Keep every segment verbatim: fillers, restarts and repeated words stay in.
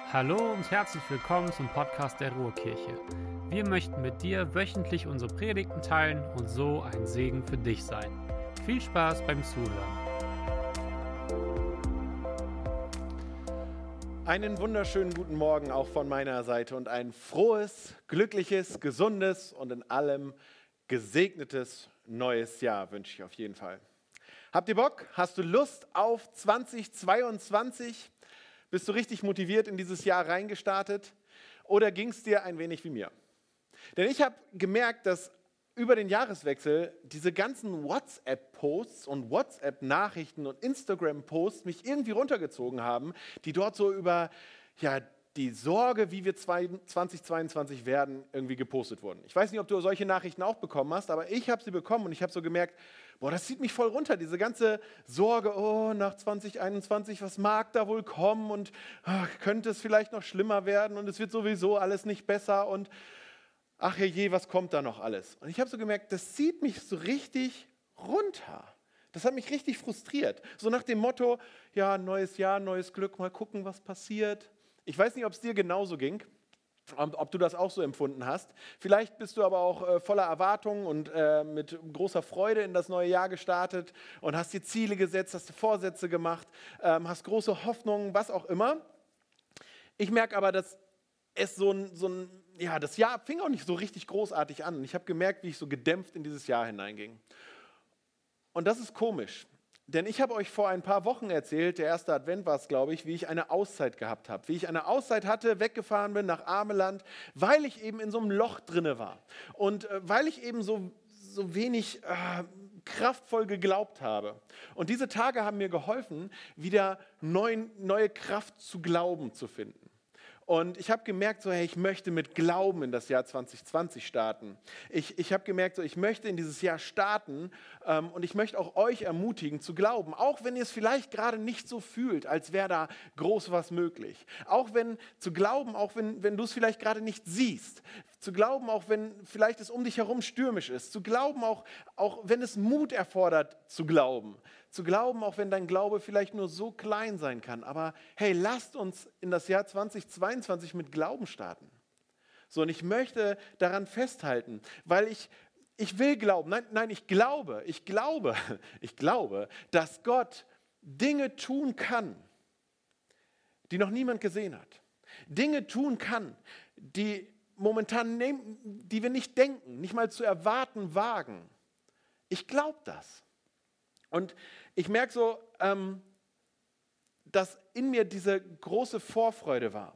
Hallo und herzlich willkommen zum Podcast der Ruhrkirche. Wir möchten mit dir wöchentlich unsere Predigten teilen und so ein Segen für dich sein. Viel Spaß beim Zuhören. Einen wunderschönen guten Morgen auch von meiner Seite und ein frohes, glückliches, gesundes und in allem gesegnetes neues Jahr wünsche ich auf jeden Fall. Habt ihr Bock? Hast du Lust auf zweitausendzweiundzwanzig? Bist du richtig motiviert in dieses Jahr reingestartet? Oder ging es dir ein wenig wie mir? Denn ich habe gemerkt, dass über den Jahreswechsel diese ganzen WhatsApp-Posts und WhatsApp-Nachrichten und Instagram-Posts mich irgendwie runtergezogen haben, die dort so über ja, die Sorge, wie wir zweitausendzweiundzwanzig werden, irgendwie gepostet wurden. Ich weiß nicht, ob du solche Nachrichten auch bekommen hast, aber ich habe sie bekommen und ich habe so gemerkt, boah, das zieht mich voll runter, diese ganze Sorge, oh, nach zweitausendeinundzwanzig, was mag da wohl kommen und ach, könnte es vielleicht noch schlimmer werden und es wird sowieso alles nicht besser und ach je, was kommt da noch alles? Und ich habe so gemerkt, das zieht mich so richtig runter. Das hat mich richtig frustriert. So nach dem Motto, ja, neues Jahr, neues Glück, mal gucken, was passiert. Ich weiß nicht, ob es dir genauso ging, ob du das auch so empfunden hast. Vielleicht bist du aber auch äh, voller Erwartungen und äh, mit großer Freude in das neue Jahr gestartet und hast dir Ziele gesetzt, hast dir Vorsätze gemacht, ähm, hast große Hoffnungen, was auch immer. Ich merke aber, dass es so ein, so ein, ja, das Jahr fing auch nicht so richtig großartig an. Und ich habe gemerkt, wie ich so gedämpft in dieses Jahr hineinging. Und das ist komisch. Denn ich habe euch vor ein paar Wochen erzählt, der erste Advent war es, glaube ich, wie ich eine Auszeit gehabt habe. Wie ich eine Auszeit hatte, weggefahren bin nach Ameland, weil ich eben in so einem Loch drinne war. Und äh, weil ich eben so, so wenig äh, kraftvoll geglaubt habe. Und diese Tage haben mir geholfen, wieder neu, neue Kraft zu glauben zu finden. Und ich habe gemerkt, so, hey, ich möchte mit Glauben in das Jahr zwanzig zwanzig starten. Ich, ich habe gemerkt, so, ich möchte in dieses Jahr starten ähm, und ich möchte auch euch ermutigen zu glauben, auch wenn ihr es vielleicht gerade nicht so fühlt, als wäre da groß was möglich. Auch wenn zu glauben, auch wenn, wenn du es vielleicht gerade nicht siehst. Zu glauben, auch wenn vielleicht es um dich herum stürmisch ist. Zu glauben, auch, auch wenn es Mut erfordert, zu glauben. Zu glauben, auch wenn dein Glaube vielleicht nur so klein sein kann. Aber hey, lasst uns in das Jahr zwanzig zweiundzwanzig mit Glauben starten. So, und ich möchte daran festhalten, weil ich, ich will glauben. Nein, nein, ich glaube, ich glaube, ich glaube, dass Gott Dinge tun kann, die noch niemand gesehen hat. Dinge tun kann, die momentan, die wir nicht denken, nicht mal zu erwarten wagen. Ich glaube das. Und ich merke so, ähm, dass in mir diese große Vorfreude war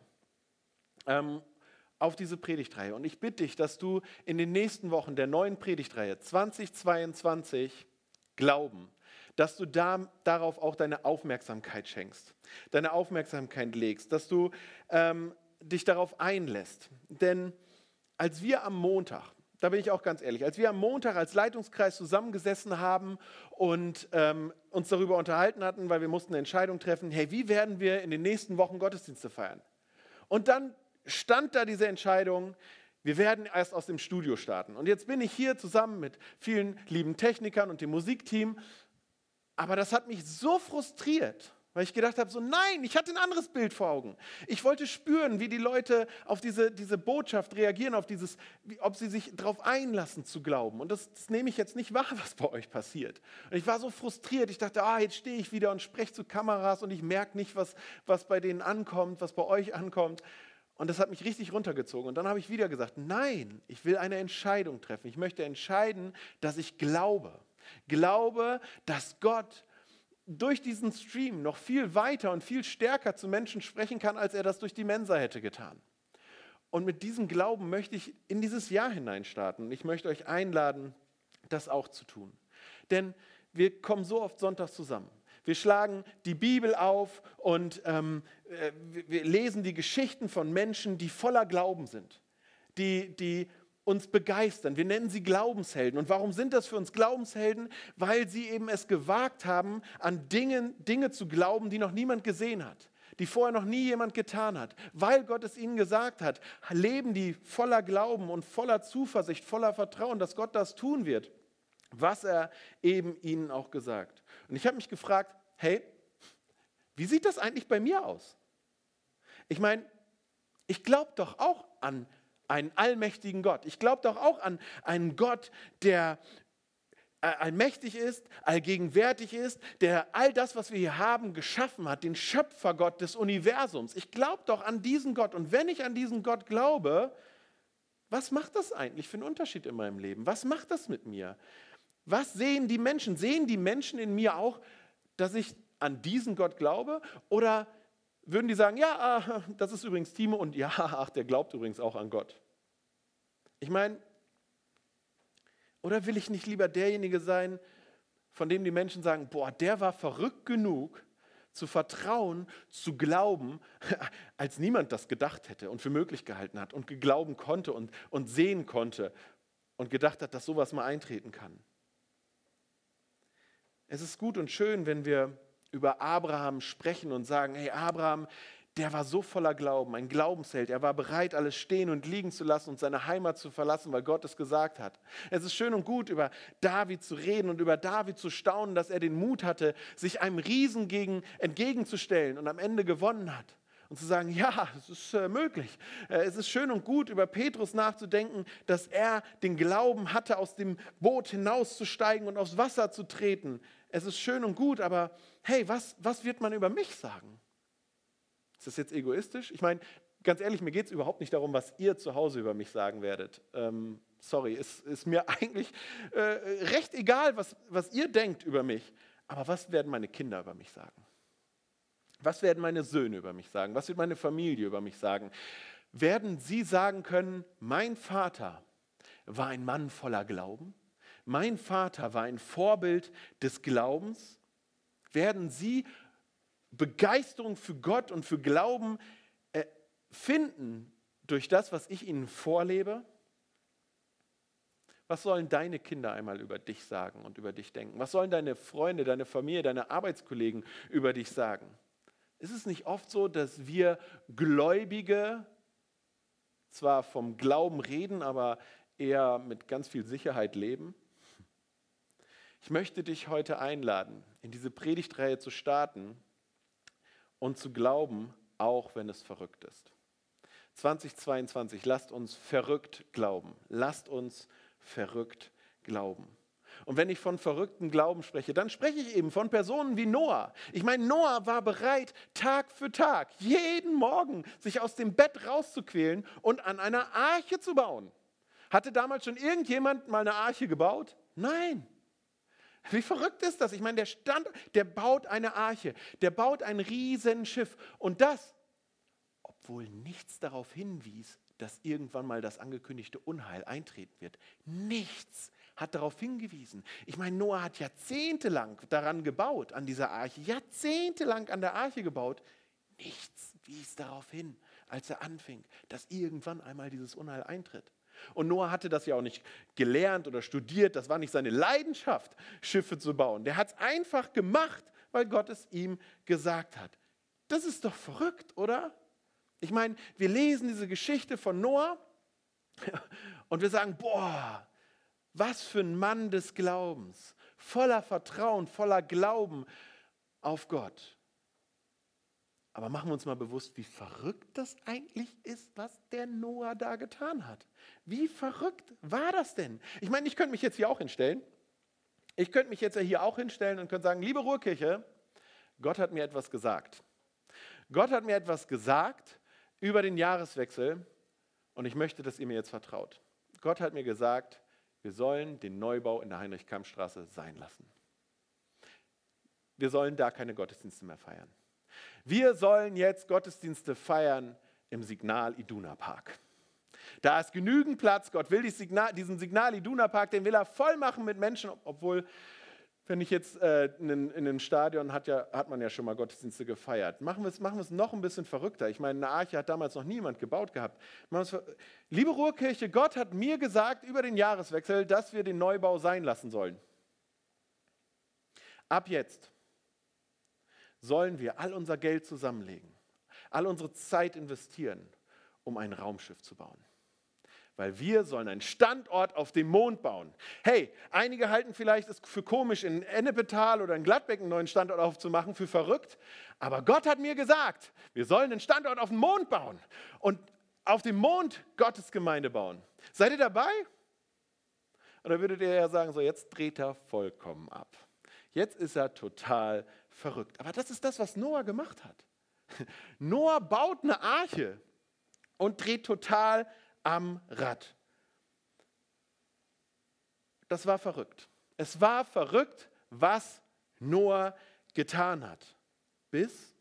ähm, auf diese Predigtreihe. Und ich bitte dich, dass du in den nächsten Wochen der neuen Predigtreihe zwanzig zweiundzwanzig Glauben, dass du da, darauf auch deine Aufmerksamkeit schenkst, deine Aufmerksamkeit legst, dass du ähm, dich darauf einlässt. Denn als wir am Montag, da bin ich auch ganz ehrlich, als wir am Montag als Leitungskreis zusammengesessen haben und ähm, uns darüber unterhalten hatten, weil wir mussten eine Entscheidung treffen, hey, wie werden wir in den nächsten Wochen Gottesdienste feiern? Und dann stand da diese Entscheidung, wir werden erst aus dem Studio starten. Und jetzt bin ich hier zusammen mit vielen lieben Technikern und dem Musikteam, aber das hat mich so frustriert, weil ich gedacht habe, so nein, ich hatte ein anderes Bild vor Augen. Ich wollte spüren, wie die Leute auf diese, diese Botschaft reagieren, auf dieses, wie, ob sie sich darauf einlassen zu glauben. Und das, das nehme ich jetzt nicht wahr, was bei euch passiert. Und ich war so frustriert, ich dachte, ah, jetzt stehe ich wieder und spreche zu Kameras und ich merke nicht, was, was bei denen ankommt, was bei euch ankommt. Und das hat mich richtig runtergezogen. Und dann habe ich wieder gesagt, nein, ich will eine Entscheidung treffen. Ich möchte entscheiden, dass ich glaube. Glaube, dass Gott durch diesen Stream noch viel weiter und viel stärker zu Menschen sprechen kann, als er das durch die Mensa hätte getan. Und mit diesem Glauben möchte ich in dieses Jahr hineinstarten. Ich möchte euch einladen, das auch zu tun. Denn wir kommen so oft sonntags zusammen. Wir schlagen die Bibel auf und ähm, wir lesen die Geschichten von Menschen, die voller Glauben sind, die, die uns begeistern. Wir nennen sie Glaubenshelden. Und warum sind das für uns Glaubenshelden? Weil sie eben es gewagt haben, an Dingen, Dinge zu glauben, die noch niemand gesehen hat, die vorher noch nie jemand getan hat. Weil Gott es ihnen gesagt hat, leben die voller Glauben und voller Zuversicht, voller Vertrauen, dass Gott das tun wird, was er eben ihnen auch gesagt. Und ich habe mich gefragt, hey, wie sieht das eigentlich bei mir aus? Ich meine, Ich glaube doch auch an einen allmächtigen Gott. Ich glaube doch auch an einen Gott, der allmächtig ist, allgegenwärtig ist, der all das, was wir hier haben, geschaffen hat, den Schöpfergott des Universums. Ich glaube doch an diesen Gott. Und wenn ich an diesen Gott glaube, was macht das eigentlich für einen Unterschied in meinem Leben? Was macht das mit mir? Was sehen die Menschen? Sehen die Menschen in mir auch, dass ich an diesen Gott glaube? Oder würden die sagen, ja, das ist übrigens Timo und ja, ach, der glaubt übrigens auch an Gott. Ich meine, oder will ich nicht lieber derjenige sein, von dem die Menschen sagen, boah, der war verrückt genug, zu vertrauen, zu glauben, als niemand das gedacht hätte und für möglich gehalten hat und geglauben konnte und, und sehen konnte und gedacht hat, dass sowas mal eintreten kann. Es ist gut und schön, wenn wir über Abraham sprechen und sagen, hey, Abraham, der war so voller Glauben, ein Glaubensheld. Er war bereit, alles stehen und liegen zu lassen und seine Heimat zu verlassen, weil Gott es gesagt hat. Es ist schön und gut, über David zu reden und über David zu staunen, dass er den Mut hatte, sich einem Riesen gegen, entgegenzustellen und am Ende gewonnen hat. Und zu sagen, ja, es ist äh, möglich. Äh, es ist schön und gut, über Petrus nachzudenken, dass er den Glauben hatte, aus dem Boot hinauszusteigen und aufs Wasser zu treten. Es ist schön und gut, aber hey, was, was wird man über mich sagen? Ist das jetzt egoistisch? Ich meine, ganz ehrlich, mir geht es überhaupt nicht darum, was ihr zu Hause über mich sagen werdet. Ähm, sorry, es ist mir eigentlich äh, recht egal, was, was ihr denkt über mich. Aber was werden meine Kinder über mich sagen? Was werden meine Söhne über mich sagen? Was wird meine Familie über mich sagen? Werden sie sagen können, mein Vater war ein Mann voller Glauben? Mein Vater war ein Vorbild des Glaubens? Werden sie Begeisterung für Gott und für Glauben äh, finden durch das, was ich ihnen vorlebe? Was sollen deine Kinder einmal über dich sagen und über dich denken? Was sollen deine Freunde, deine Familie, deine Arbeitskollegen über dich sagen? Ist es nicht oft so, dass wir Gläubige zwar vom Glauben reden, aber eher mit ganz viel Sicherheit leben? Ich möchte dich heute einladen, in diese Predigtreihe zu starten und zu glauben, auch wenn es verrückt ist. zweitausendzweiundzwanzig, lasst uns verrückt glauben. Lasst uns verrückt glauben. Und wenn ich von verrückten Glauben spreche, dann spreche ich eben von Personen wie Noah. Ich meine, Noah war bereit, Tag für Tag, jeden Morgen sich aus dem Bett rauszuquälen und an einer Arche zu bauen. Hatte damals schon irgendjemand mal eine Arche gebaut? Nein. Wie verrückt ist das? Ich meine, der stand, der baut eine Arche, der baut ein Riesenschiff und das, obwohl nichts darauf hinwies, dass irgendwann mal das angekündigte Unheil eintreten wird. Nichts hat darauf hingewiesen. Ich meine, Noah hat jahrzehntelang daran gebaut, an dieser Arche, jahrzehntelang an der Arche gebaut. Nichts wies darauf hin, als er anfing, dass irgendwann einmal dieses Unheil eintritt. Und Noah hatte das ja auch nicht gelernt oder studiert, das war nicht seine Leidenschaft, Schiffe zu bauen. Der hat es einfach gemacht, weil Gott es ihm gesagt hat. Das ist doch verrückt, oder? Ich meine, wir lesen diese Geschichte von Noah und wir sagen, boah, was für ein Mann des Glaubens, voller Vertrauen, voller Glauben auf Gott. Aber machen wir uns mal bewusst, wie verrückt das eigentlich ist, was der Noah da getan hat. Wie verrückt war das denn? Ich meine, ich könnte mich jetzt hier auch hinstellen. Ich könnte mich jetzt hier auch hinstellen und könnte sagen, liebe Ruhrkirche, Gott hat mir etwas gesagt. Gott hat mir etwas gesagt über den Jahreswechsel und ich möchte, dass ihr mir jetzt vertraut. Gott hat mir gesagt, wir sollen den Neubau in der Heinrich-Kamm-Straße sein lassen. Wir sollen da keine Gottesdienste mehr feiern. Wir sollen jetzt Gottesdienste feiern im Signal Iduna Park. Da ist genügend Platz. Gott will Signal, diesen Signal Iduna Park, den will er voll machen mit Menschen, obwohl, wenn ich jetzt äh, in, in einem Stadion hat, ja, hat man ja schon mal Gottesdienste gefeiert. Machen wir es machen wir es noch ein bisschen verrückter. Ich meine, eine Arche hat damals noch niemand gebaut gehabt. Liebe Ruhrkirche, Gott hat mir gesagt über den Jahreswechsel, dass wir den Neubau sein lassen sollen. Ab jetzt sollen wir all unser Geld zusammenlegen, all unsere Zeit investieren, um ein Raumschiff zu bauen. Weil wir sollen einen Standort auf dem Mond bauen. Hey, einige halten vielleicht es für komisch, in Ennepetal oder in Gladbeck einen neuen Standort aufzumachen, für verrückt. Aber Gott hat mir gesagt, wir sollen einen Standort auf dem Mond bauen. Und auf dem Mond Gottes Gemeinde bauen. Seid ihr dabei? Oder würdet ihr ja sagen, so jetzt dreht er vollkommen ab. Jetzt ist er total verrückt. Aber das ist das, was Noah gemacht hat. Noah baut eine Arche und dreht total am Rad. Das war verrückt. Es war verrückt, was Noah getan hat. Bis,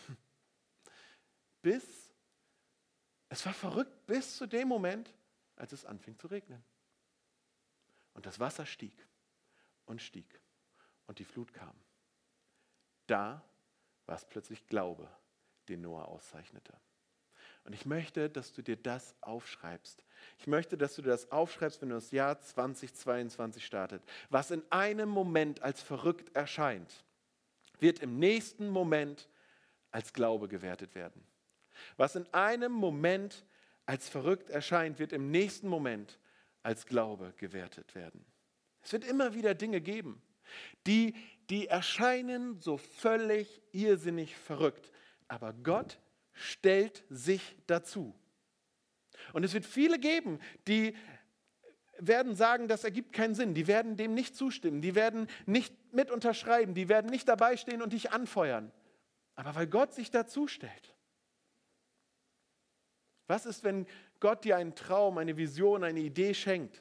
bis, es war verrückt bis zu dem Moment, als es anfing zu regnen. Und das Wasser stieg und stieg und die Flut kam. Da war es plötzlich Glaube, den Noah auszeichnete. Und ich möchte, dass du dir das aufschreibst. Ich möchte, dass du dir das aufschreibst, wenn du das Jahr zweitausendzweiundzwanzig startet. Was in einem Moment als verrückt erscheint, wird im nächsten Moment als Glaube gewertet werden. Was in einem Moment als verrückt erscheint, wird im nächsten Moment als Glaube gewertet werden. Es wird immer wieder Dinge geben, die, die erscheinen so völlig irrsinnig verrückt. Aber Gott stellt sich dazu. Und es wird viele geben, die werden sagen, das ergibt keinen Sinn. Die werden dem nicht zustimmen. Die werden nicht mit unterschreiben. Die werden nicht dabei stehen und dich anfeuern. Aber weil Gott sich dazu stellt. Was ist, wenn Gott dir einen Traum, eine Vision, eine Idee schenkt?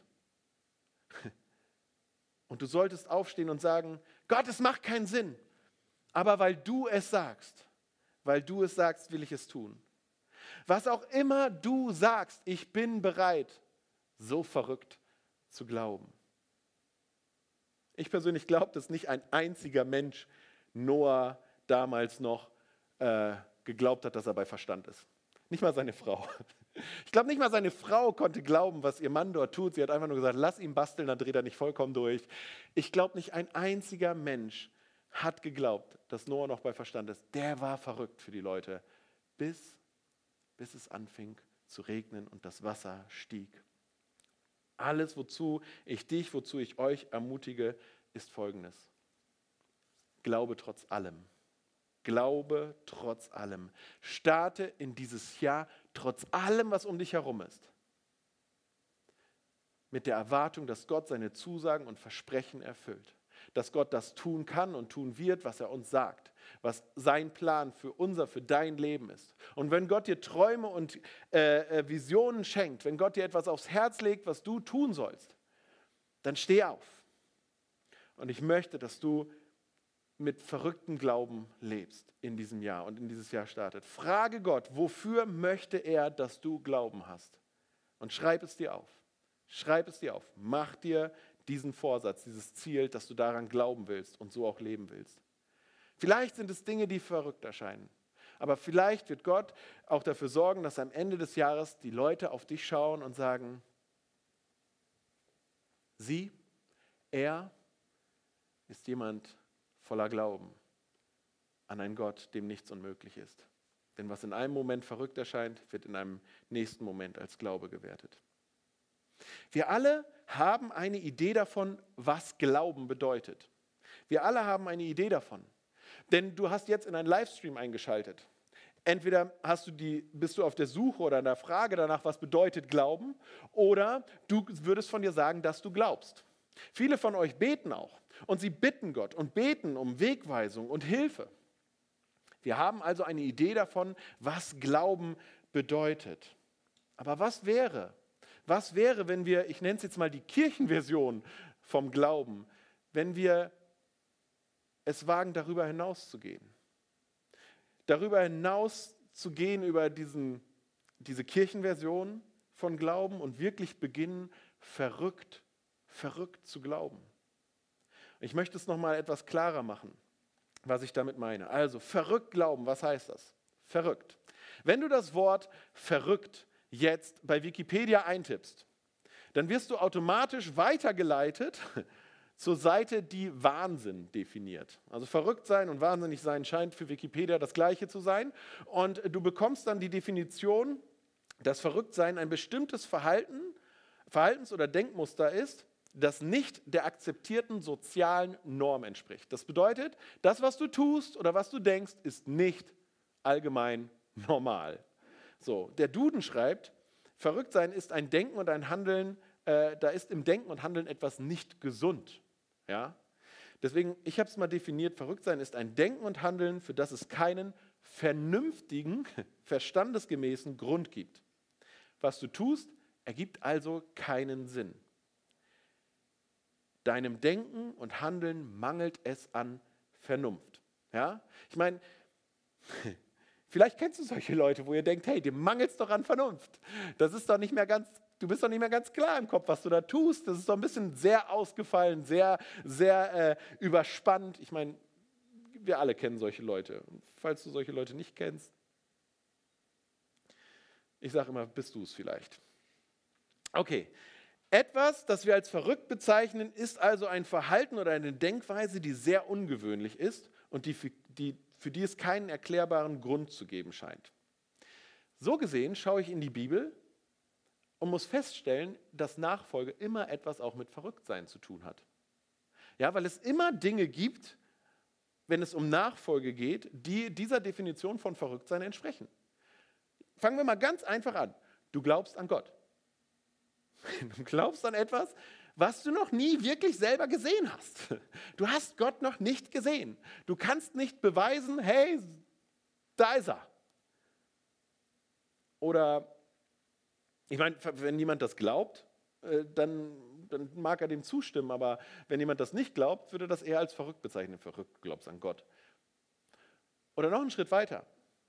Und du solltest aufstehen und sagen, Gott, es macht keinen Sinn. Aber weil du es sagst, weil du es sagst, will ich es tun. Was auch immer du sagst, ich bin bereit, so verrückt zu glauben. Ich persönlich glaube, dass nicht ein einziger Mensch Noah damals noch äh, geglaubt hat, dass er bei Verstand ist. Nicht mal seine Frau. Ich glaube, nicht mal seine Frau konnte glauben, was ihr Mann dort tut. Sie hat einfach nur gesagt, lass ihn basteln, dann dreht er nicht vollkommen durch. Ich glaube, nicht ein einziger Mensch hat geglaubt, dass Noah noch bei Verstand ist. Der war verrückt für die Leute, bis, bis es anfing zu regnen und das Wasser stieg. Alles, wozu ich dich, wozu ich euch ermutige, ist Folgendes. Glaube trotz allem. Glaube trotz allem. Starte in dieses Jahr trotz allem, was um dich herum ist. Mit der Erwartung, dass Gott seine Zusagen und Versprechen erfüllt. Dass Gott das tun kann und tun wird, was er uns sagt. Was sein Plan für unser, für dein Leben ist. Und wenn Gott dir Träume und äh, Visionen schenkt, wenn Gott dir etwas aufs Herz legt, was du tun sollst, dann steh auf. Und ich möchte, dass du mit verrücktem Glauben lebst in diesem Jahr und in dieses Jahr startet. Frage Gott, wofür möchte er, dass du Glauben hast? Und schreib es dir auf. Schreib es dir auf. Mach dir diesen Vorsatz, dieses Ziel, dass du daran glauben willst und so auch leben willst. Vielleicht sind es Dinge, die verrückt erscheinen. Aber vielleicht wird Gott auch dafür sorgen, dass am Ende des Jahres die Leute auf dich schauen und sagen, sie, er ist jemand voller Glauben an einen Gott, dem nichts unmöglich ist. Denn was in einem Moment verrückt erscheint, wird in einem nächsten Moment als Glaube gewertet. Wir alle haben eine Idee davon, was Glauben bedeutet. Wir alle haben eine Idee davon. Denn du hast jetzt in einen Livestream eingeschaltet. Entweder hast du die, bist du auf der Suche oder in der Frage danach, was bedeutet Glauben, oder du würdest von dir sagen, dass du glaubst. Viele von euch beten auch und sie bitten Gott und beten um Wegweisung und Hilfe. Wir haben also eine Idee davon, was Glauben bedeutet. Aber was wäre, was wäre, wenn wir, ich nenne es jetzt mal die Kirchenversion vom Glauben, wenn wir es wagen, darüber hinaus zu gehen? Darüber hinaus zu gehen, über diesen, diese Kirchenversion von Glauben und wirklich beginnen, verrückt, verrückt zu glauben. Ich möchte es nochmal etwas klarer machen, was ich damit meine. Also, verrückt glauben, was heißt das? Verrückt. Wenn du das Wort verrückt jetzt bei Wikipedia eintippst, dann wirst du automatisch weitergeleitet zur Seite, die Wahnsinn definiert. Also verrückt sein und wahnsinnig sein scheint für Wikipedia das Gleiche zu sein. Und du bekommst dann die Definition, dass Verrücktsein ein bestimmtes Verhalten, Verhaltens- oder Denkmuster ist, das nicht der akzeptierten sozialen Norm entspricht. Das bedeutet, das, was du tust oder was du denkst, ist nicht allgemein normal. So, der Duden schreibt, verrückt sein ist ein Denken und ein Handeln, äh, da ist im Denken und Handeln etwas nicht gesund. Ja? Deswegen, ich habe es mal definiert, verrückt sein ist ein Denken und Handeln, für das es keinen vernünftigen, verstandesgemäßen Grund gibt. Was du tust, ergibt also keinen Sinn. Deinem Denken und Handeln mangelt es an Vernunft. Ja? Ich meine, vielleicht kennst du solche Leute, wo ihr denkt, hey, dem mangelt es doch an Vernunft. Das ist doch nicht mehr ganz, du bist doch nicht mehr ganz klar im Kopf, was du da tust. Das ist doch ein bisschen sehr ausgefallen, sehr, sehr äh, überspannt. Ich meine, wir alle kennen solche Leute. Und falls du solche Leute nicht kennst, ich sage immer, bist du es vielleicht. Okay, etwas, das wir als verrückt bezeichnen, ist also ein Verhalten oder eine Denkweise, die sehr ungewöhnlich ist und die, die, für die es keinen erklärbaren Grund zu geben scheint. So gesehen schaue ich in die Bibel und muss feststellen, dass Nachfolge immer etwas auch mit Verrücktsein zu tun hat. Ja, weil es immer Dinge gibt, wenn es um Nachfolge geht, die dieser Definition von Verrücktsein entsprechen. Fangen wir mal ganz einfach an. Du glaubst an Gott. Du glaubst an etwas, was du noch nie wirklich selber gesehen hast. Du hast Gott noch nicht gesehen. Du kannst nicht beweisen, hey, da ist er. Oder, ich meine, wenn jemand das glaubt, dann, dann mag er dem zustimmen, aber wenn jemand das nicht glaubt, würde das eher als verrückt bezeichnen. Verrückt, du glaubst an Gott. Oder noch einen Schritt weiter.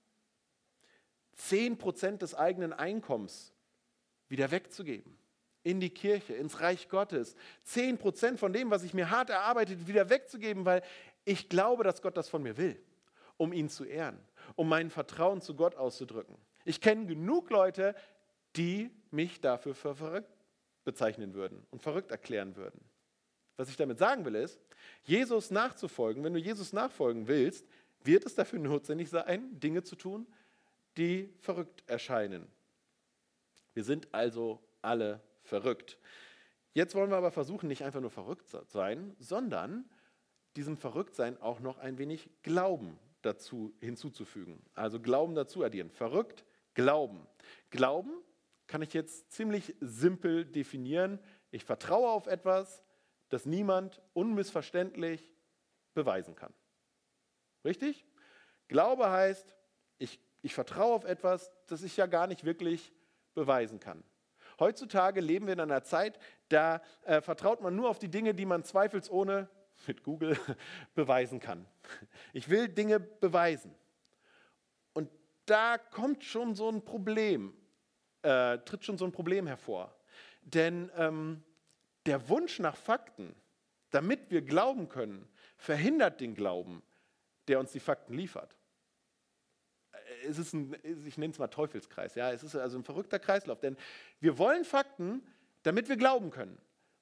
Zehn Prozent des eigenen Einkommens wieder wegzugeben. In die Kirche, ins Reich Gottes. Zehn Prozent von dem, was ich mir hart erarbeitet, wieder wegzugeben, weil ich glaube, dass Gott das von mir will, um ihn zu ehren, um mein Vertrauen zu Gott auszudrücken. Ich kenne genug Leute, die mich dafür für verrückt bezeichnen würden und verrückt erklären würden. Was ich damit sagen will ist, Jesus nachzufolgen, wenn du Jesus nachfolgen willst, wird es dafür notwendig sein, Dinge zu tun, die verrückt erscheinen. Wir sind also alle verrückt. Jetzt wollen wir aber versuchen, nicht einfach nur verrückt zu sein, sondern diesem Verrücktsein auch noch ein wenig Glauben dazu hinzuzufügen. Also Glauben dazu addieren. Verrückt, Glauben. Glauben kann ich jetzt ziemlich simpel definieren. Ich vertraue auf etwas, das niemand unmissverständlich beweisen kann. Richtig? Glaube heißt, ich, ich vertraue auf etwas, das ich ja gar nicht wirklich beweisen kann. Heutzutage leben wir in einer Zeit, da äh, vertraut man nur auf die Dinge, die man zweifelsohne mit Google beweisen kann. Ich will Dinge beweisen. Und da kommt schon so ein Problem, äh, tritt schon so ein Problem hervor. Denn ähm, der Wunsch nach Fakten, damit wir glauben können, verhindert den Glauben, der uns die Fakten liefert. Es ist ein, ich nenne es mal Teufelskreis, ja, es ist also ein verrückter Kreislauf, denn wir wollen Fakten, damit wir glauben können.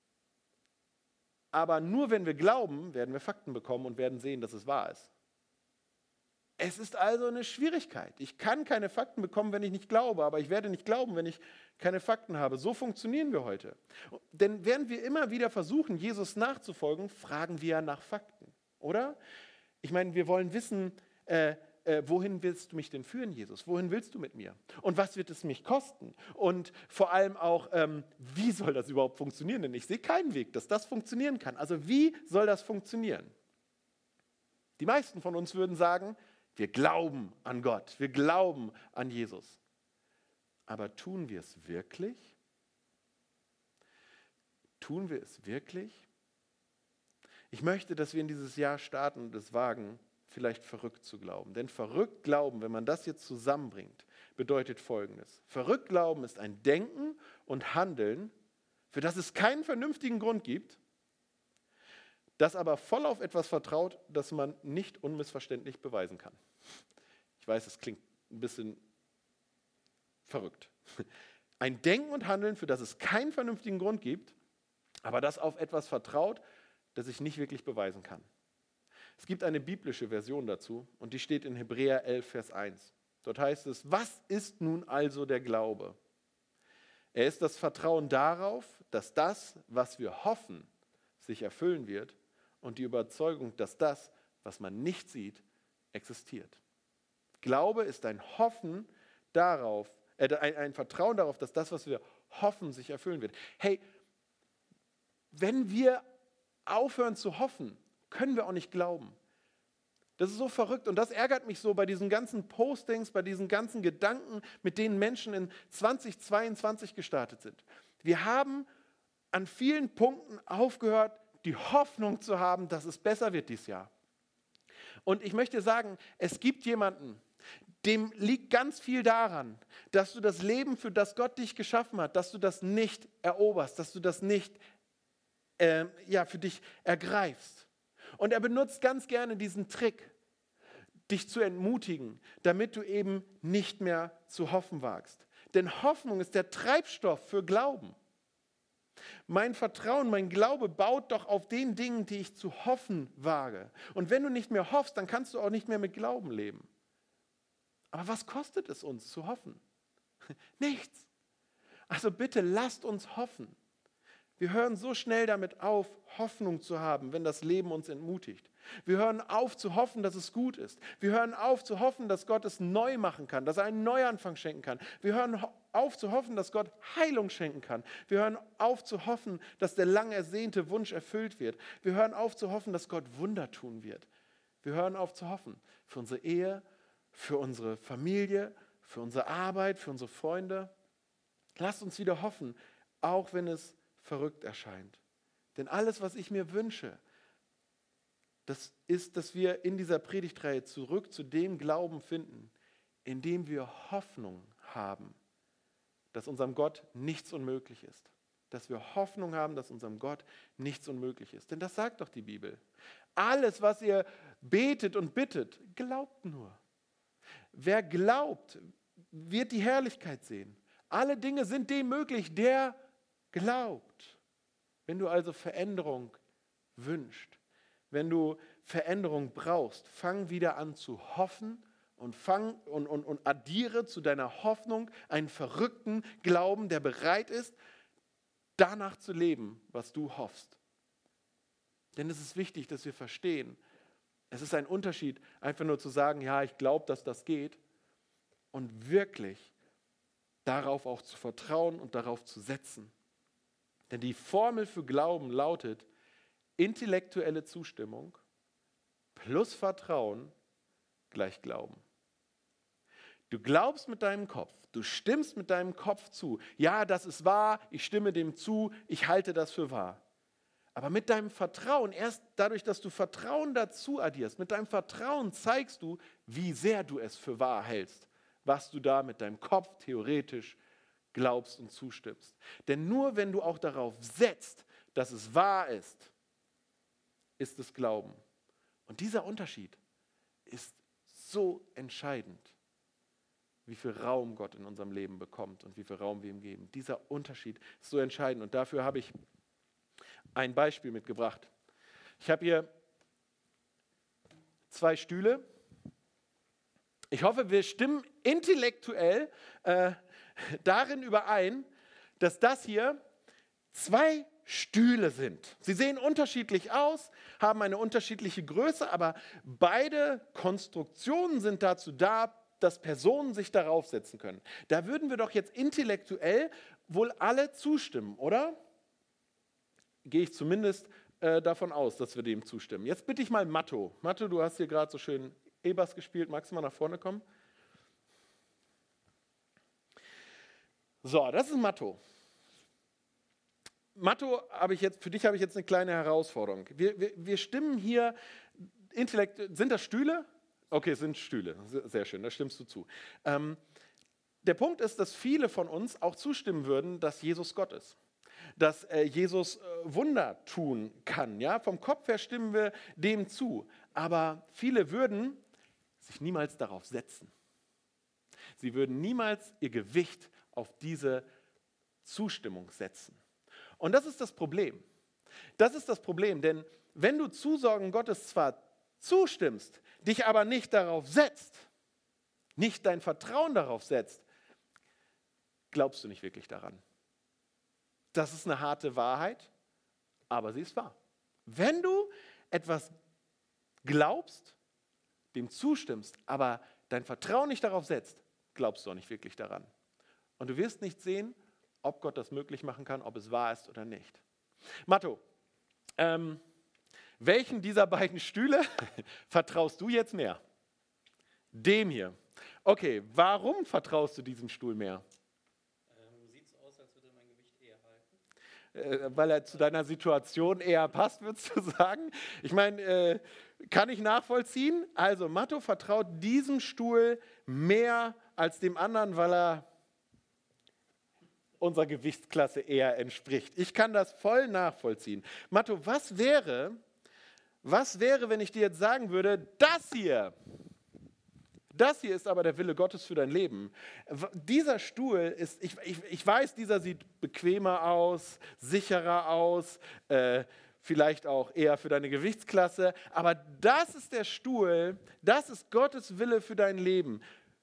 Aber nur wenn wir glauben, werden wir Fakten bekommen und werden sehen, dass es wahr ist. Es ist also eine Schwierigkeit. Ich kann keine Fakten bekommen, wenn ich nicht glaube, aber ich werde nicht glauben, wenn ich keine Fakten habe. So funktionieren wir heute. Denn während wir immer wieder versuchen, Jesus nachzufolgen, fragen wir nach Fakten, oder? Ich meine, wir wollen wissen, äh, Äh, wohin willst du mich denn führen, Jesus? Wohin willst du mit mir? Und was wird es mich kosten? Und vor allem auch, ähm, wie soll das überhaupt funktionieren? Denn ich sehe keinen Weg, dass das funktionieren kann. Also wie soll das funktionieren? Die meisten von uns würden sagen, wir glauben an Gott, wir glauben an Jesus. Aber tun wir es wirklich? Tun wir es wirklich? Ich möchte, dass wir in dieses Jahr starten und es wagen, vielleicht verrückt zu glauben. Denn verrückt glauben, wenn man das jetzt zusammenbringt, bedeutet Folgendes. Verrückt glauben ist ein Denken und Handeln, für das es keinen vernünftigen Grund gibt, das aber voll auf etwas vertraut, das man nicht unmissverständlich beweisen kann. Ich weiß, es klingt ein bisschen verrückt. Ein Denken und Handeln, für das es keinen vernünftigen Grund gibt, aber das auf etwas vertraut, das ich nicht wirklich beweisen kann. Es gibt eine biblische Version dazu und die steht in Hebräer elf, Vers eins. Dort heißt es, was ist nun also der Glaube? Er ist das Vertrauen darauf, dass das, was wir hoffen, sich erfüllen wird und die Überzeugung, dass das, was man nicht sieht, existiert. Glaube ist ein Hoffen, darauf, äh, ein, ein Vertrauen darauf, dass das, was wir hoffen, sich erfüllen wird. Hey, wenn wir aufhören zu hoffen, können wir auch nicht glauben. Das ist so verrückt und das ärgert mich so bei diesen ganzen Postings, bei diesen ganzen Gedanken, mit denen Menschen in zweitausendzweiundzwanzig gestartet sind. Wir haben an vielen Punkten aufgehört, die Hoffnung zu haben, dass es besser wird dieses Jahr. Und ich möchte sagen, es gibt jemanden, dem liegt ganz viel daran, dass du das Leben, für das Gott dich geschaffen hat, dass du das nicht eroberst, dass du das nicht äh, ja, für dich ergreifst. Und er benutzt ganz gerne diesen Trick, dich zu entmutigen, damit du eben nicht mehr zu hoffen wagst. Denn Hoffnung ist der Treibstoff für Glauben. Mein Vertrauen, mein Glaube baut doch auf den Dingen, die ich zu hoffen wage. Und wenn du nicht mehr hoffst, dann kannst du auch nicht mehr mit Glauben leben. Aber was kostet es uns zu hoffen? Nichts. Also bitte lasst uns hoffen. Wir hören so schnell damit auf, Hoffnung zu haben, wenn das Leben uns entmutigt. Wir hören auf zu hoffen, dass es gut ist. Wir hören auf zu hoffen, dass Gott es neu machen kann, dass er einen Neuanfang schenken kann. Wir hören auf zu hoffen, dass Gott Heilung schenken kann. Wir hören auf zu hoffen, dass der lang ersehnte Wunsch erfüllt wird. Wir hören auf zu hoffen, dass Gott Wunder tun wird. Wir hören auf zu hoffen für unsere Ehe, für unsere Familie, für unsere Arbeit, für unsere Freunde. Lasst uns wieder hoffen, auch wenn es verrückt erscheint. Denn alles, was ich mir wünsche, das ist, dass wir in dieser Predigtreihe zurück zu dem Glauben finden, in dem wir Hoffnung haben, dass unserem Gott nichts unmöglich ist. Dass wir Hoffnung haben, dass unserem Gott nichts unmöglich ist. Denn das sagt doch die Bibel. Alles, was ihr betet und bittet, glaubt nur. Wer glaubt, wird die Herrlichkeit sehen. Alle Dinge sind dem möglich, der glaubt. Wenn du also Veränderung wünschst, wenn du Veränderung brauchst, fang wieder an zu hoffen und, fang und, und, und addiere zu deiner Hoffnung einen verrückten Glauben, der bereit ist, danach zu leben, was du hoffst. Denn es ist wichtig, dass wir verstehen, es ist ein Unterschied, einfach nur zu sagen, ja, ich glaube, dass das geht, und wirklich darauf auch zu vertrauen und darauf zu setzen. Denn die Formel für Glauben lautet intellektuelle Zustimmung plus Vertrauen gleich Glauben. Du glaubst mit deinem Kopf, du stimmst mit deinem Kopf zu. Ja, das ist wahr, ich stimme dem zu, ich halte das für wahr. Aber mit deinem Vertrauen, erst dadurch, dass du Vertrauen dazu addierst, mit deinem Vertrauen zeigst du, wie sehr du es für wahr hältst, was du da mit deinem Kopf theoretisch glaubst und zustimmst. Denn nur wenn du auch darauf setzt, dass es wahr ist, ist es Glauben. Und dieser Unterschied ist so entscheidend, wie viel Raum Gott in unserem Leben bekommt und wie viel Raum wir ihm geben. Dieser Unterschied ist so entscheidend und dafür habe ich ein Beispiel mitgebracht. Ich habe hier zwei Stühle. Ich hoffe, wir stimmen intellektuell äh, darin überein, dass das hier zwei Stühle sind. Sie sehen unterschiedlich aus, haben eine unterschiedliche Größe, aber beide Konstruktionen sind dazu da, dass Personen sich darauf setzen können. Da würden wir doch jetzt intellektuell wohl alle zustimmen, oder? Gehe ich zumindest äh, davon aus, dass wir dem zustimmen. Jetzt bitte ich mal Matto. Matto, du hast hier gerade so schön E-Bass gespielt. Magst du mal nach vorne kommen? So, das ist Matto. Matto, habe ich jetzt, für dich habe ich jetzt eine kleine Herausforderung. Wir, wir, wir stimmen hier intellekt. Sind das Stühle? Okay, es sind Stühle. Sehr schön, da stimmst du zu. Ähm, der Punkt ist, dass viele von uns auch zustimmen würden, dass Jesus Gott ist. Dass äh, Jesus äh, Wunder tun kann. Ja? Vom Kopf her stimmen wir dem zu. Aber viele würden sich niemals darauf setzen. Sie würden niemals ihr Gewicht auf diese Zustimmung setzen. Und das ist das Problem. Das ist das Problem, denn wenn du Zusagen Gottes zwar zustimmst, dich aber nicht darauf setzt, nicht dein Vertrauen darauf setzt, glaubst du nicht wirklich daran. Das ist eine harte Wahrheit, aber sie ist wahr. Wenn du etwas glaubst, dem zustimmst, aber dein Vertrauen nicht darauf setzt, glaubst du auch nicht wirklich daran. Und du wirst nicht sehen, ob Gott das möglich machen kann, ob es wahr ist oder nicht. Matto, ähm, welchen dieser beiden Stühle vertraust du jetzt mehr? Dem hier. Okay, warum vertraust du diesem Stuhl mehr? Ähm, sieht so aus, als würde mein Gewicht eher halten. Äh, weil er zu deiner Situation eher passt, würdest du sagen? Ich meine, äh, kann ich nachvollziehen? Also Matto vertraut diesem Stuhl mehr als dem anderen, weil er unserer Gewichtsklasse eher entspricht. Ich kann das voll nachvollziehen. Matto, was wäre, was wäre, wenn ich dir jetzt sagen würde, das hier, das hier ist aber der Wille Gottes für dein Leben. W- Dieser Stuhl ist, ich, ich, ich weiß, dieser sieht bequemer aus, sicherer aus, äh, vielleicht auch eher für deine Gewichtsklasse, aber das ist der Stuhl, das ist Gottes Wille für dein Leben.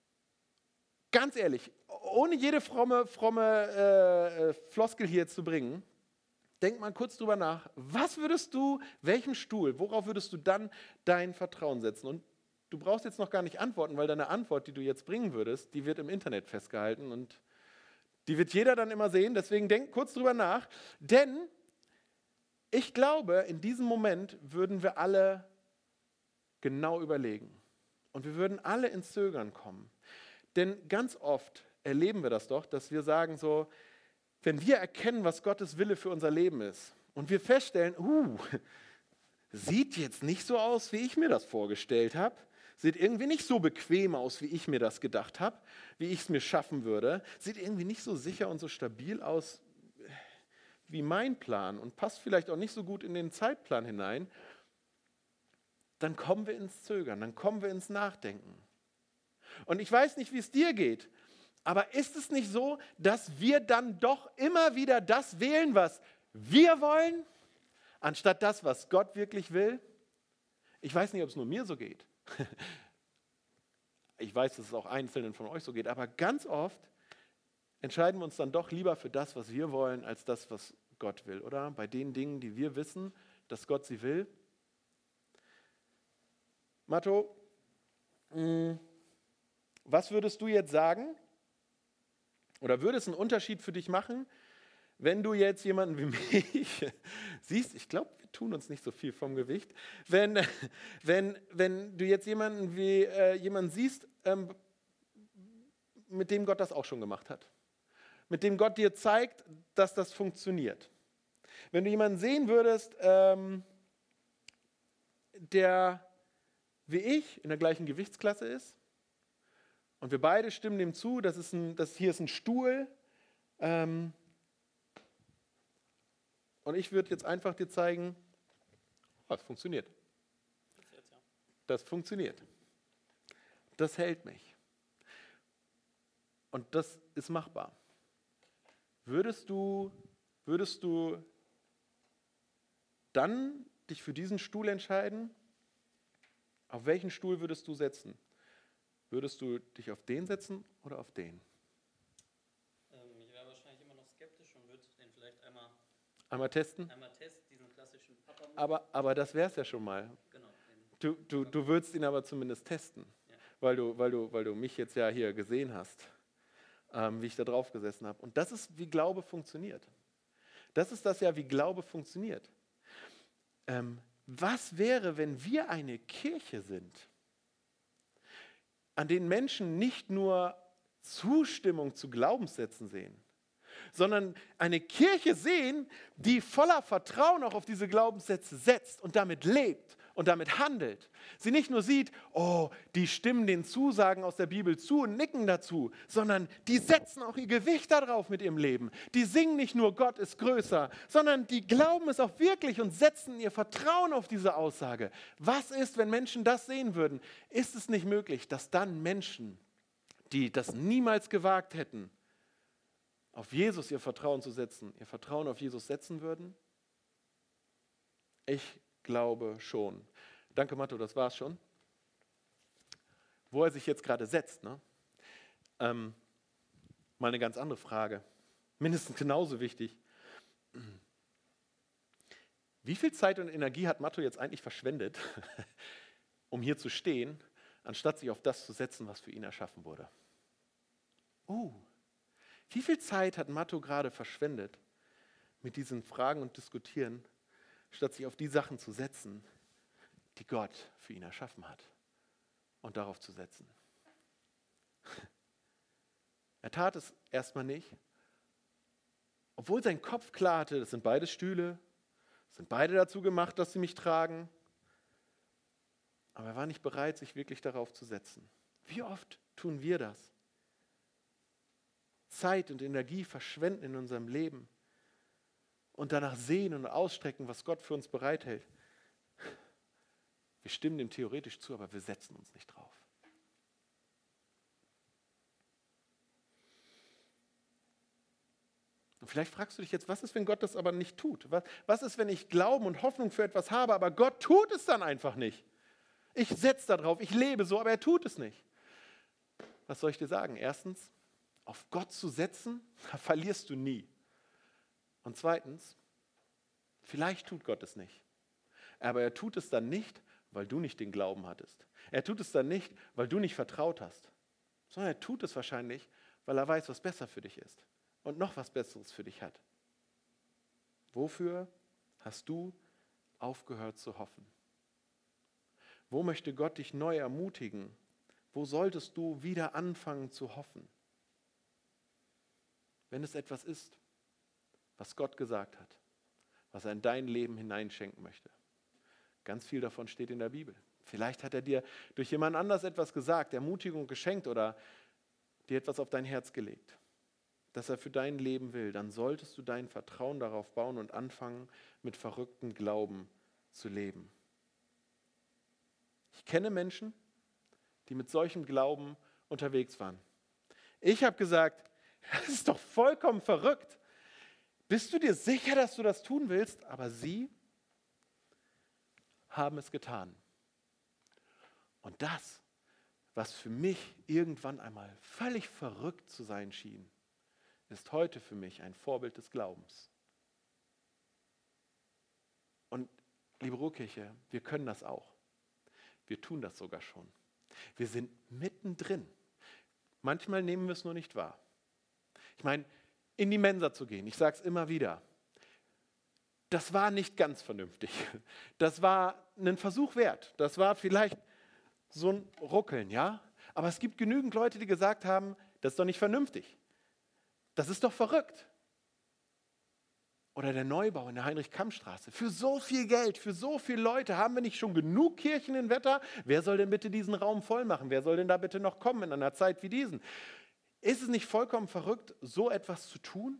Ganz ehrlich, ohne jede fromme, fromme äh, Floskel hier zu bringen, denk mal kurz drüber nach, was würdest du, welchem Stuhl, worauf würdest du dann dein Vertrauen setzen? Und du brauchst jetzt noch gar nicht antworten, weil deine Antwort, die du jetzt bringen würdest, die wird im Internet festgehalten und die wird jeder dann immer sehen. Deswegen denk kurz drüber nach, denn ich glaube, in diesem Moment würden wir alle genau überlegen und wir würden alle ins Zögern kommen. Denn ganz oft erleben wir das doch, dass wir sagen so, wenn wir erkennen, was Gottes Wille für unser Leben ist und wir feststellen, uh, sieht jetzt nicht so aus, wie ich mir das vorgestellt habe, sieht irgendwie nicht so bequem aus, wie ich mir das gedacht habe, wie ich es mir schaffen würde, sieht irgendwie nicht so sicher und so stabil aus wie mein Plan und passt vielleicht auch nicht so gut in den Zeitplan hinein, dann kommen wir ins Zögern, dann kommen wir ins Nachdenken. Und ich weiß nicht, wie es dir geht, aber ist es nicht so, dass wir dann doch immer wieder das wählen, was wir wollen, anstatt das, was Gott wirklich will? Ich weiß nicht, ob es nur mir so geht. Ich weiß, dass es auch Einzelnen von euch so geht, aber ganz oft entscheiden wir uns dann doch lieber für das, was wir wollen, als das, was Gott will, oder? Bei den Dingen, die wir wissen, dass Gott sie will. Matto, mh, was würdest du jetzt sagen? Oder würde es einen Unterschied für dich machen, wenn du jetzt jemanden wie mich siehst? Ich glaube, wir tun uns nicht so viel vom Gewicht. Wenn, wenn, wenn du jetzt jemanden wie äh, jemanden siehst, ähm, mit dem Gott das auch schon gemacht hat. Mit dem Gott dir zeigt, dass das funktioniert. Wenn du jemanden sehen würdest, ähm, der wie ich in der gleichen Gewichtsklasse ist, und wir beide stimmen dem zu, das ist ein, das hier ist ein Stuhl. Ähm, und ich würde jetzt einfach dir zeigen, oh, das funktioniert. Das funktioniert. Das hält mich. Und das ist machbar. Würdest du, würdest du dann dich für diesen Stuhl entscheiden? Auf welchen Stuhl würdest du setzen? Würdest du dich auf den setzen oder auf den? Ähm, ich wäre wahrscheinlich immer noch skeptisch und würde den vielleicht einmal, Einmal testen? einmal testen, diesen klassischen Papa. Aber, aber das wäre es ja schon mal. Genau. Den, Du, du, du würdest ihn aber zumindest testen, Ja. weil, du, weil, du, weil du mich jetzt ja hier gesehen hast, ähm, wie ich da drauf gesessen habe. Und das ist, wie Glaube funktioniert. Das ist das ja, wie Glaube funktioniert. Ähm, was wäre, wenn wir eine Kirche sind, an denen Menschen nicht nur Zustimmung zu Glaubenssätzen sehen, sondern eine Kirche sehen, die voller Vertrauen auch auf diese Glaubenssätze setzt und damit lebt und damit handelt. Sie nicht nur sieht, oh, die stimmen den Zusagen aus der Bibel zu und nicken dazu, sondern die setzen auch ihr Gewicht darauf mit ihrem Leben. Die singen nicht nur, Gott ist größer, sondern die glauben es auch wirklich und setzen ihr Vertrauen auf diese Aussage. Was ist, wenn Menschen das sehen würden? Ist es nicht möglich, dass dann Menschen, die das niemals gewagt hätten, auf Jesus ihr Vertrauen zu setzen, ihr Vertrauen auf Jesus setzen würden? Ich glaube schon. Danke, Matto, das war's schon. Wo er sich jetzt gerade setzt, ne? Ähm, mal eine ganz andere Frage. Mindestens genauso wichtig. Wie viel Zeit und Energie hat Matto jetzt eigentlich verschwendet, um hier zu stehen, anstatt sich auf das zu setzen, was für ihn erschaffen wurde? Oh, wie viel Zeit hat Matto gerade verschwendet mit diesen Fragen und Diskutieren, statt sich auf die Sachen zu setzen, die Gott für ihn erschaffen hat und darauf zu setzen. Er tat es erstmal nicht, obwohl sein Kopf klar hatte, das sind beide Stühle, sind beide dazu gemacht, dass sie mich tragen. Aber er war nicht bereit, sich wirklich darauf zu setzen. Wie oft tun wir das? Zeit und Energie verschwenden in unserem Leben und danach sehen und ausstrecken, was Gott für uns bereithält. Wir stimmen dem theoretisch zu, aber wir setzen uns nicht drauf. Und vielleicht fragst du dich jetzt, was ist, wenn Gott das aber nicht tut? Was, was ist, wenn ich Glauben und Hoffnung für etwas habe, aber Gott tut es dann einfach nicht? Ich setze da drauf, ich lebe so, aber er tut es nicht. Was soll ich dir sagen? Erstens, auf Gott zu setzen, da verlierst du nie. Und zweitens, vielleicht tut Gott es nicht. Aber er tut es dann nicht, weil du nicht den Glauben hattest. Er tut es dann nicht, weil du nicht vertraut hast. Sondern er tut es wahrscheinlich, weil er weiß, was besser für dich ist. Und noch was Besseres für dich hat. Wofür hast du aufgehört zu hoffen? Wo möchte Gott dich neu ermutigen? Wo solltest du wieder anfangen zu hoffen? Wenn es etwas ist, was Gott gesagt hat, was er in dein Leben hineinschenken möchte. Ganz viel davon steht in der Bibel. Vielleicht hat er dir durch jemand anders etwas gesagt, Ermutigung geschenkt oder dir etwas auf dein Herz gelegt, das er für dein Leben will. Dann solltest du dein Vertrauen darauf bauen und anfangen, mit verrücktem Glauben zu leben. Ich kenne Menschen, die mit solchem Glauben unterwegs waren. Ich habe gesagt, das ist doch vollkommen verrückt. Bist du dir sicher, dass du das tun willst? Aber sie haben es getan. Und das, was für mich irgendwann einmal völlig verrückt zu sein schien, ist heute für mich ein Vorbild des Glaubens. Und liebe Ruhrkirche, wir können das auch. Wir tun das sogar schon. Wir sind mittendrin. Manchmal nehmen wir es nur nicht wahr. Ich meine, in die Mensa zu gehen, ich sage es immer wieder, das war nicht ganz vernünftig. Das war ein Versuch wert. Das war vielleicht so ein Ruckeln, ja? Aber es gibt genügend Leute, die gesagt haben, das ist doch nicht vernünftig. Das ist doch verrückt. Oder der Neubau in der Heinrich-Kamm-Straße. Für so viel Geld, für so viele Leute, haben wir nicht schon genug Kirchen in Wetter? Wer soll denn bitte diesen Raum voll machen? Wer soll denn da bitte noch kommen in einer Zeit wie diesen? Ist es nicht vollkommen verrückt, so etwas zu tun?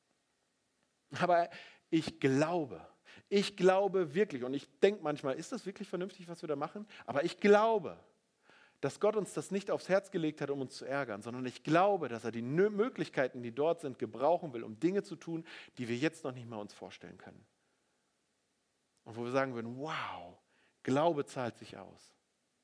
Aber ich glaube, ich glaube wirklich, und ich denke manchmal, ist das wirklich vernünftig, was wir da machen? Aber ich glaube, dass Gott uns das nicht aufs Herz gelegt hat, um uns zu ärgern, sondern ich glaube, dass er die Möglichkeiten, die dort sind, gebrauchen will, um Dinge zu tun, die wir jetzt noch nicht mal uns vorstellen können. Und wo wir sagen würden, wow, Glaube zahlt sich aus.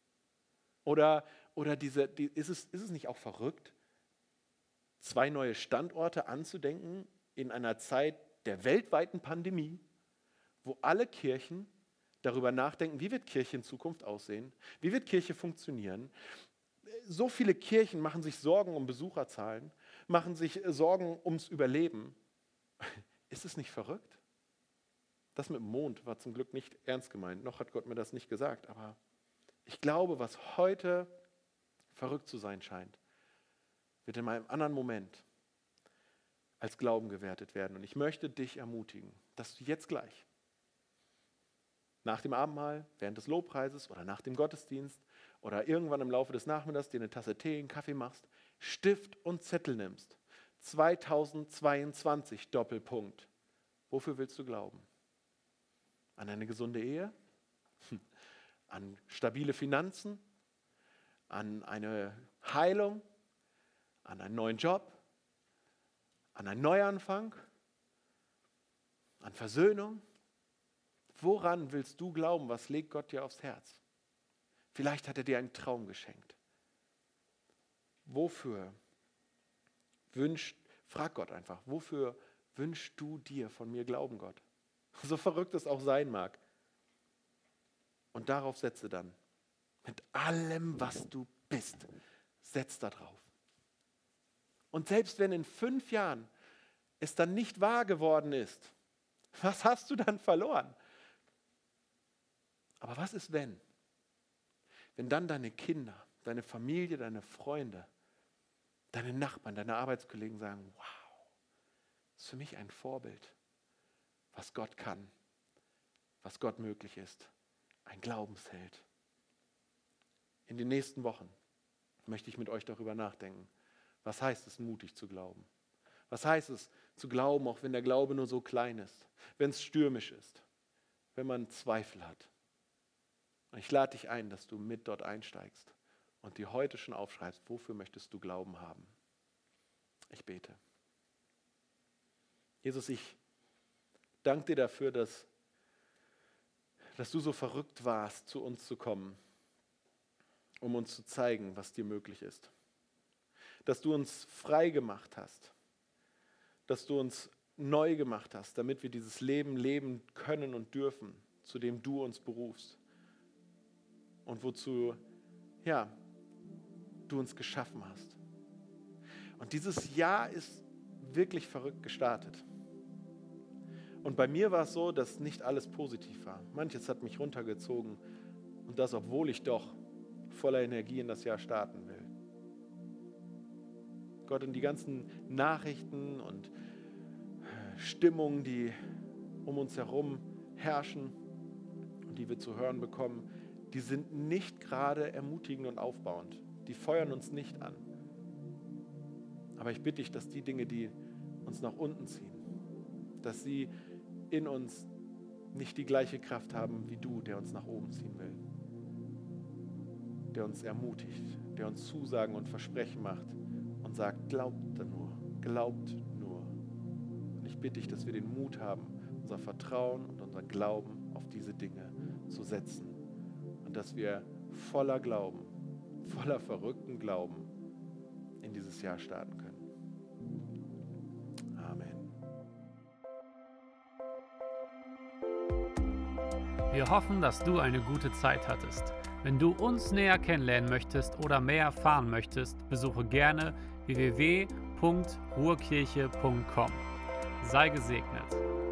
Oder, oder diese, die, ist, es, ist es nicht auch verrückt, zwei neue Standorte anzudenken in einer Zeit der weltweiten Pandemie, wo alle Kirchen darüber nachdenken, wie wird Kirche in Zukunft aussehen, wie wird Kirche funktionieren. So viele Kirchen machen sich Sorgen um Besucherzahlen, machen sich Sorgen ums Überleben. Ist es nicht verrückt? Das mit dem Mond war zum Glück nicht ernst gemeint, noch hat Gott mir das nicht gesagt, aber ich glaube, was heute verrückt zu sein scheint, wird in einem anderen Moment als Glauben gewertet werden. Und ich möchte dich ermutigen, dass du jetzt gleich nach dem Abendmahl, während des Lobpreises oder nach dem Gottesdienst oder irgendwann im Laufe des Nachmittags dir eine Tasse Tee, einen Kaffee machst, Stift und Zettel nimmst. zweitausendzweiundzwanzig, Doppelpunkt. Wofür willst du glauben? An eine gesunde Ehe? An stabile Finanzen? An eine Heilung? An einen neuen Job? An einen Neuanfang? An Versöhnung? Woran willst du glauben? Was legt Gott dir aufs Herz? Vielleicht hat er dir einen Traum geschenkt. Wofür wünscht, frag Gott einfach, wofür wünschst du dir von mir Glauben, Gott? So verrückt es auch sein mag. Und darauf setze dann. Mit allem, was du bist, setz da drauf. Und selbst wenn in fünf Jahren es dann nicht wahr geworden ist, was hast du dann verloren? Aber was ist, wenn? Wenn dann deine Kinder, deine Familie, deine Freunde, deine Nachbarn, deine Arbeitskollegen sagen, wow, das ist für mich ein Vorbild, was Gott kann, was Gott möglich ist, ein Glaubensheld. In den nächsten Wochen möchte ich mit euch darüber nachdenken, was heißt es, mutig zu glauben? Was heißt es, zu glauben, auch wenn der Glaube nur so klein ist, wenn es stürmisch ist, wenn man Zweifel hat? Und ich lade dich ein, dass du mit dort einsteigst und dir heute schon aufschreibst, wofür möchtest du Glauben haben? Ich bete. Jesus, ich danke dir dafür, dass, dass du so verrückt warst, zu uns zu kommen, um uns zu zeigen, was dir möglich ist. Dass du uns frei gemacht hast, dass du uns neu gemacht hast, damit wir dieses Leben leben können und dürfen, zu dem du uns berufst und wozu, ja, du uns geschaffen hast. Und dieses Jahr ist wirklich verrückt gestartet. Und bei mir war es so, dass nicht alles positiv war. Manches hat mich runtergezogen und das, obwohl ich doch voller Energie in das Jahr starten will. Gott, und die ganzen Nachrichten und Stimmungen, die um uns herum herrschen und die wir zu hören bekommen, die sind nicht gerade ermutigend und aufbauend. Die feuern uns nicht an. Aber ich bitte dich, dass die Dinge, die uns nach unten ziehen, dass sie in uns nicht die gleiche Kraft haben wie du, der uns nach oben ziehen will. Der uns ermutigt, der uns Zusagen und Versprechen macht und sagt, glaubt nur, glaubt nur. Und ich bitte dich, dass wir den Mut haben, unser Vertrauen und unser Glauben auf diese Dinge zu setzen. Und dass wir voller Glauben, voller verrückten Glauben in dieses Jahr starten können. Amen. Wir hoffen, dass du eine gute Zeit hattest. Wenn du uns näher kennenlernen möchtest oder mehr erfahren möchtest, besuche gerne w w w punkt ruhrkirche punkt com. Sei gesegnet.